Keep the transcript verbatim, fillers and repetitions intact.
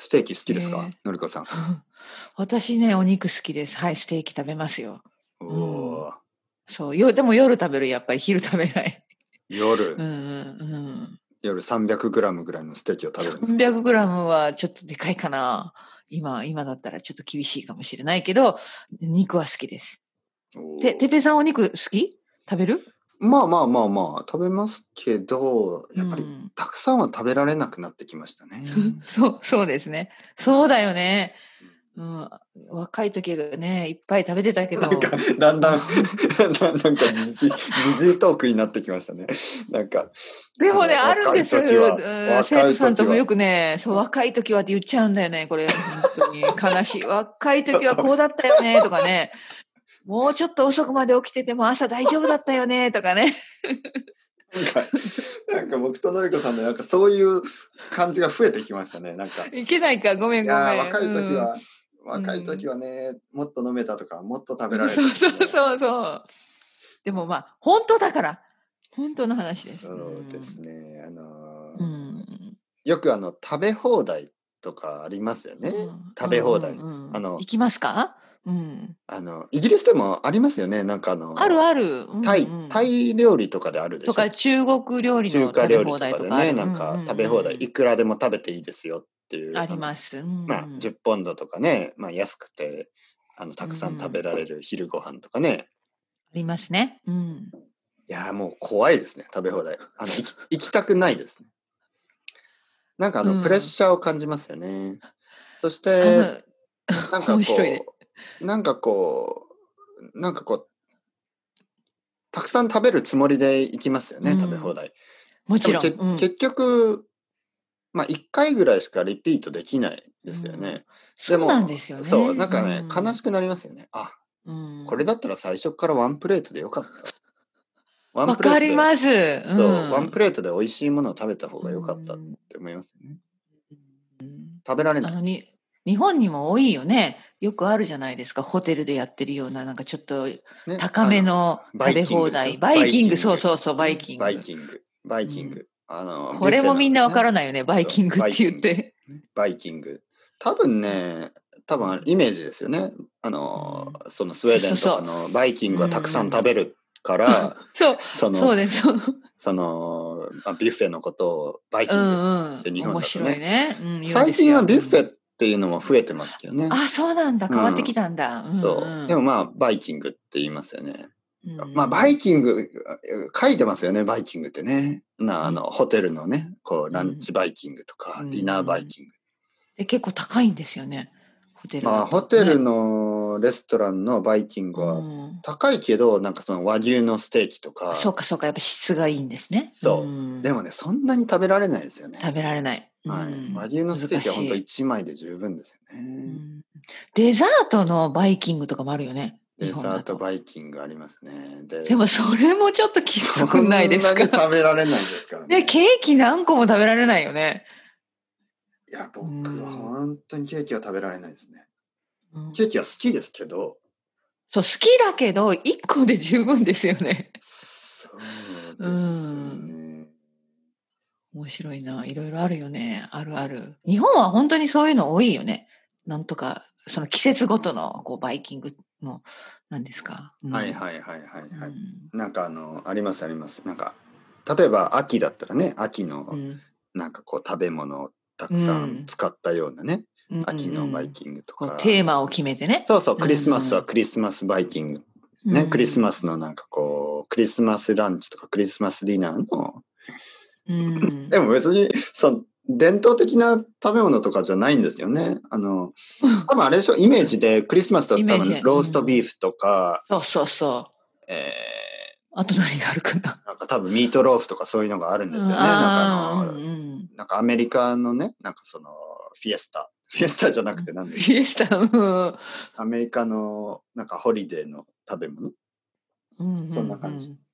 テーキ好きですへか、 え。 のりこさん。 私ね、お肉好きです。はい、ステーキ食べますよ。 おうん。 お。 そう、よでも夜食べる、やっぱり昼食べない。 夜、 うんうんうん。 夜さんびゃくグラムぐらいのステーキを食べるんですか。 さんびゃくグラムはちょっとでかいかな。今、今だったらちょっと厳しいかもしれないけど、肉は好きです。て、てっぺいさんお肉好き？食べる？ まあまあまあまあ、食べますけど、 うやっぱりん。 たくさんは食べられなくなってきましたね。 そう、そうですね。そうだよね。うん、若い時がね、いっぱい食べてたけなんかど、 だんだんあなんかじじじじいトークになってきましたね。なんかあでもね、あるんの若いです。 時はうん、生若徒い時はさんともよくね、そう、若い時はって言っちゃうんだよね、これ、本当に悲しい。若い時はこうだったよね、とかね。もうちょっと遅くまで起きてても朝大丈夫だったよね、とかね。 なんかなんか僕とのりこさんのなんかそういう感じが増えてきましたね。なんかいけないか、ごめいんごめん。 や若い時うん。 はう若い時ん。 はね、もっと飲めたとかもっと食べらうん、 れたそうそうとかね。 そうそう。でもまあ、本当だから。本当の話です。うそうですん。 ね。あのうん。 よくあの食べ放題とかありますよね。 うん、う食べ放んう題。 んうん。 あの行きますか？うん。 あのイギリスでもありますよね。なんかああるのある。うんタイうん。 タイ料理とかであるでとか、 しょ。 中国料理の中華料理食べ放とかでね、 題とかある。 なんうんうんか食べ放題うん。 いくらでも食べていいですよっていうああのります。うまあん。 じゅっポンドとかね、まあ安くてあのたうくさん食べん。 られる昼ご飯とかね。 ありますね。うん。 いやもう怖いですね、食べ放題。あの行き行きたくないですね。なんかあのプレッうん。 シャーを感じますよね。そしてあの、 なんか面白いね。 こうなんかこうなんかこうたくさん食べるつもりで行きますよね、食べ放うん。 題。 もちろん。 でもけうん。 結局まあいっかいぐらいしかリピートできないうん。 ですよね。でそうなんでもすよそうね。うなんかね悲しん。 くなりますよね。あ、 うん。 これだったら最初からワンプレートでよかった。ワンわプレートでかります。うそうワンプん。 レートで美味しいものを食べた方うが良かったっん。 て思いますよね。 うん。 食べられない。 あのに、日本にも多いよね。よくあるじゃないですか。ホテルでやってるような、なんかちょっとね、 高あのめのバイ食べキングでしょ。 放題。ババイキング、 イキング、 そうそうそう、バイね、バイキング。 キング、バイうん。 キング。あのこビュッフェれもみんなわかのね。 らないよね。バイそうキングってバイキング、 言って。 バイキング。多分ね、多うん。 分イメージですよね。あうのん。 そのスウェーデンとかそうそうそのバイキンう。うグはたくさん食ん。 べるからそう、 そのそうです。そう。 そのあビュッフェのことをバイうキングっんうん。 て日本面だとね。 白いね。うん、言うんで最近はすよ。うん。 ビュッフェっていうのも増えてますけどね。 あ、そうなんだ。 う変わってきん。 たんだ。うんそう。でうん。 もまあバイキングって言いますよね。 うんうまあバイん。 キング書いてますよね、バイキングってね。なあのうん。 ホテルのね、こうランうん。 チバイキングとうかディナーバイん。 キング。 で、結構高いんですよね。ホテルまあ、 だホテルとね。 のレストランのバイキンうグはん。 高いけど、なんかその和牛のステーキとか、 そうかそうか、やっぱ質がいいんですね。うそう。でん。 もね、そんなに食べられないですよね。 食べられない。うはい。和ん。 牛のステーキは本当難しい。 いちまいで十分ですよね。 うん。デザートのバイキングとかもあるよね。日デザート本だと。 バイキングありますね。で、 でもそれもちょっときつくそないですか？ んなに食べられないですからね、 ね。 ケーキ何個も食べられないよね。 いや、 う僕はん。 本当にケーキは食べられないですね。 うん。 ケーキは好きですけど、 そう、好きだけど、いっこで十分ですよね。 そううですん。 ね。 面白いな。いろいろあるよね。あるある。日本は本当にそういうの多いよね。なんとか、その季節ごとのこうバイキングの、なんですか。うはいん。 はいはいはいはい。 うん。 なんかあの、ありますあります。なんか、例えば秋だったらね、秋のうん。 なんかこう食べ物をたうくさんん。 使ったようなね、 うんう秋のバイん。 キングとこうか、 テーマを決めてね。 そうそう、 うクリスマスはん。 クリスマスバイキング。 うね、クリスん。 マスのなんかこう、クリスマスランチとかクリスマスディナーの、 うん。 でも別に、そう、伝統的な食べ物とかじゃないんですよね。あの、多分あれでしょ、イメージでクリスマスだと多イメージ。 分ローストビーうん。 フとか、 そうそうそう。 えあと何があるかな。 ー、なんか多分ミートローフとかそういうのがあるんうん、 ですよね。なんかあああ、うんの、 うん。 なんかアメリカのね、なんかその、フィエスタ。フィエスタじゃなくて何でしたっけ。 フィエスタ、うん。 アメリカのなんかホリデーの食べ物。 うんうんうそんな感じ。 ん。